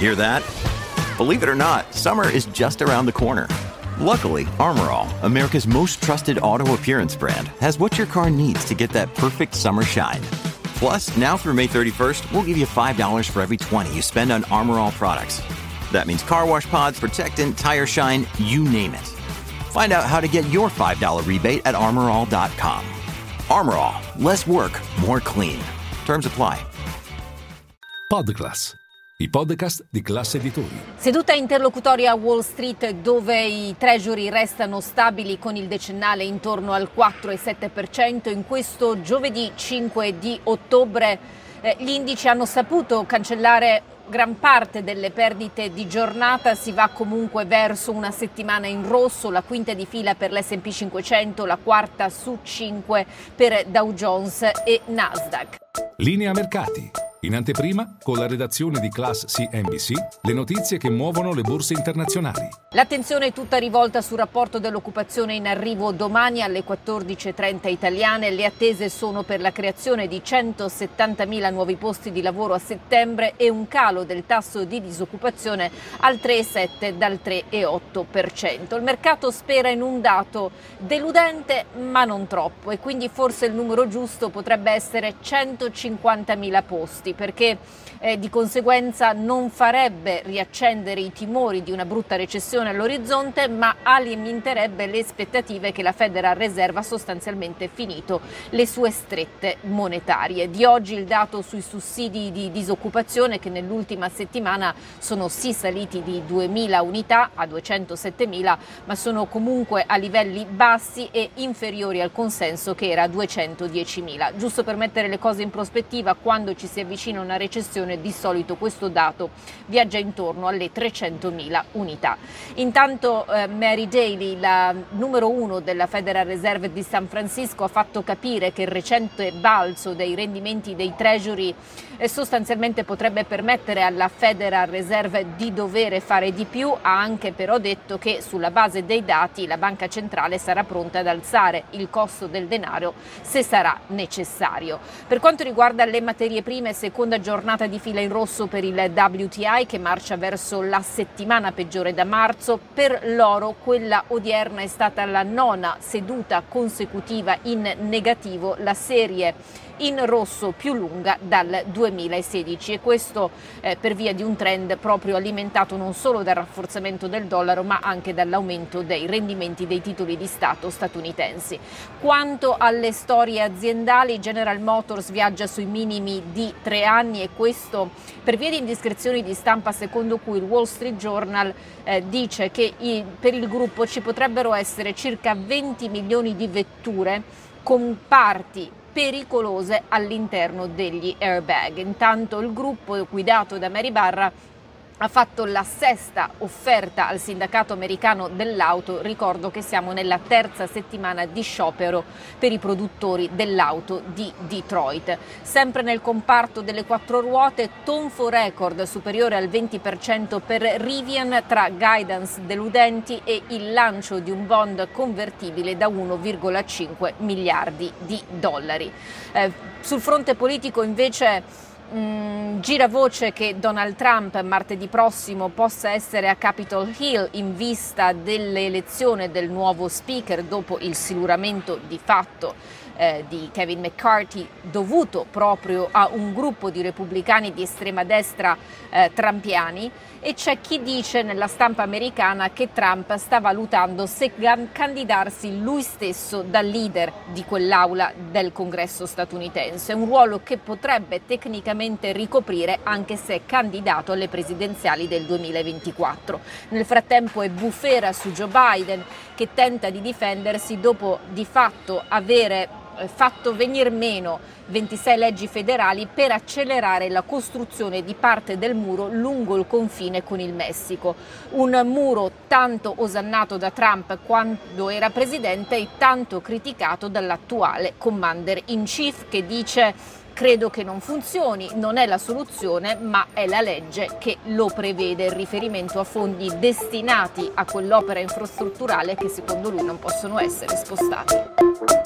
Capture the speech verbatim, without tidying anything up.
Hear that? Believe it or not, summer is just around the corner. Luckily, Armor All, America's most trusted auto appearance brand, has what your car needs to get that perfect summer shine. Plus, now through May thirty-first, we'll give you five dollars for every twenty you spend on Armor All products. That means car wash pods, protectant, tire shine, you name it. Find out how to get your five dollars rebate at armor all dot com. Armor All, less work, more clean. Terms apply. Podclass, i podcast di Class Editori. Seduta interlocutoria a Wall Street, dove i treasury restano stabili con il decennale intorno al quattro virgola sette per cento. In questo giovedì cinque di ottobre eh, gli indici hanno saputo cancellare gran parte delle perdite di giornata. Si va comunque verso una settimana in rosso, la quinta di fila per l'esse and pi cinquecento, la quarta su cinque per Dow Jones e Nasdaq. Linea mercati. In anteprima, con la redazione di Class C N B C, le notizie che muovono le borse internazionali. L'attenzione è tutta rivolta sul rapporto dell'occupazione in arrivo domani alle quattordici e trenta italiane. Le attese sono per la creazione di centosettantamila nuovi posti di lavoro a settembre e un calo del tasso di disoccupazione al tre virgola sette dal tre virgola otto per cento. Il mercato spera in un dato deludente ma non troppo, e quindi forse il numero giusto potrebbe essere centocinquantamila posti, perché eh, di conseguenza non farebbe riaccendere i timori di una brutta recessione all'orizzonte, ma alimenterebbe le aspettative che la Federal Reserve ha sostanzialmente finito le sue strette monetarie. Di oggi il dato sui sussidi di disoccupazione, che nell'ultima settimana sono sì saliti di duemila unità a duecentosettemila, ma sono comunque a livelli bassi e inferiori al consenso, che era duecentodiecimila. Giusto per mettere le cose in prospettiva, quando ci si avvicina a una recessione, di solito questo dato viaggia intorno alle trecentomila unità. Intanto eh, Mary Daly, la numero uno della Federal Reserve di San Francisco, ha fatto capire che il recente balzo dei rendimenti dei treasury eh, sostanzialmente potrebbe permettere alla Federal Reserve di dover fare di più. Ha anche però detto che sulla base dei dati la banca centrale sarà pronta ad alzare il costo del denaro se sarà necessario. Per quanto riguarda le materie prime, seconda giornata di fila in rosso per il W T I, che marcia verso la settimana peggiore da marzo. Per l'oro, quella odierna è stata la nona seduta consecutiva in negativo, la serie in rosso più lunga dal duemilasedici, e questo eh, per via di un trend proprio alimentato non solo dal rafforzamento del dollaro, ma anche dall'aumento dei rendimenti dei titoli di Stato statunitensi. Quanto alle storie aziendali, General Motors viaggia sui minimi di tre anni, e questo per via di indiscrezioni di stampa secondo cui il Wall Street Journal eh, dice che i, per il gruppo ci potrebbero essere circa venti milioni di vetture con parti pericolose all'interno degli airbag. Intanto il gruppo guidato da Mary Barra ha fatto la sesta offerta al sindacato americano dell'auto. Ricordo che siamo nella terza settimana di sciopero per i produttori dell'auto di Detroit. Sempre nel comparto delle quattro ruote, tonfo record superiore al venti per cento per Rivian, tra guidance deludenti e il lancio di un bond convertibile da uno virgola cinque miliardi di dollari. Eh, sul fronte politico invece Mm, gira voce che Donald Trump martedì prossimo possa essere a Capitol Hill in vista dell'elezione del nuovo speaker dopo il siluramento di fatto eh, di Kevin McCarthy, dovuto proprio a un gruppo di repubblicani di estrema destra eh, trampiani. E c'è chi dice nella stampa americana che Trump sta valutando se candidarsi lui stesso da leader di quell'aula del Congresso statunitense, un ruolo che potrebbe tecnicamente ricoprire anche se è candidato alle presidenziali del duemilaventiquattro. Nel frattempo è bufera su Joe Biden, che tenta di difendersi dopo di fatto avere fatto venir meno ventisei leggi federali per accelerare la costruzione di parte del muro lungo il confine con il Messico. Un muro tanto osannato da Trump quando era presidente e tanto criticato dall'attuale commander in chief, che dice: credo che non funzioni, non è la soluzione, ma è la legge che lo prevede, in riferimento a fondi destinati a quell'opera infrastrutturale che secondo lui non possono essere spostati.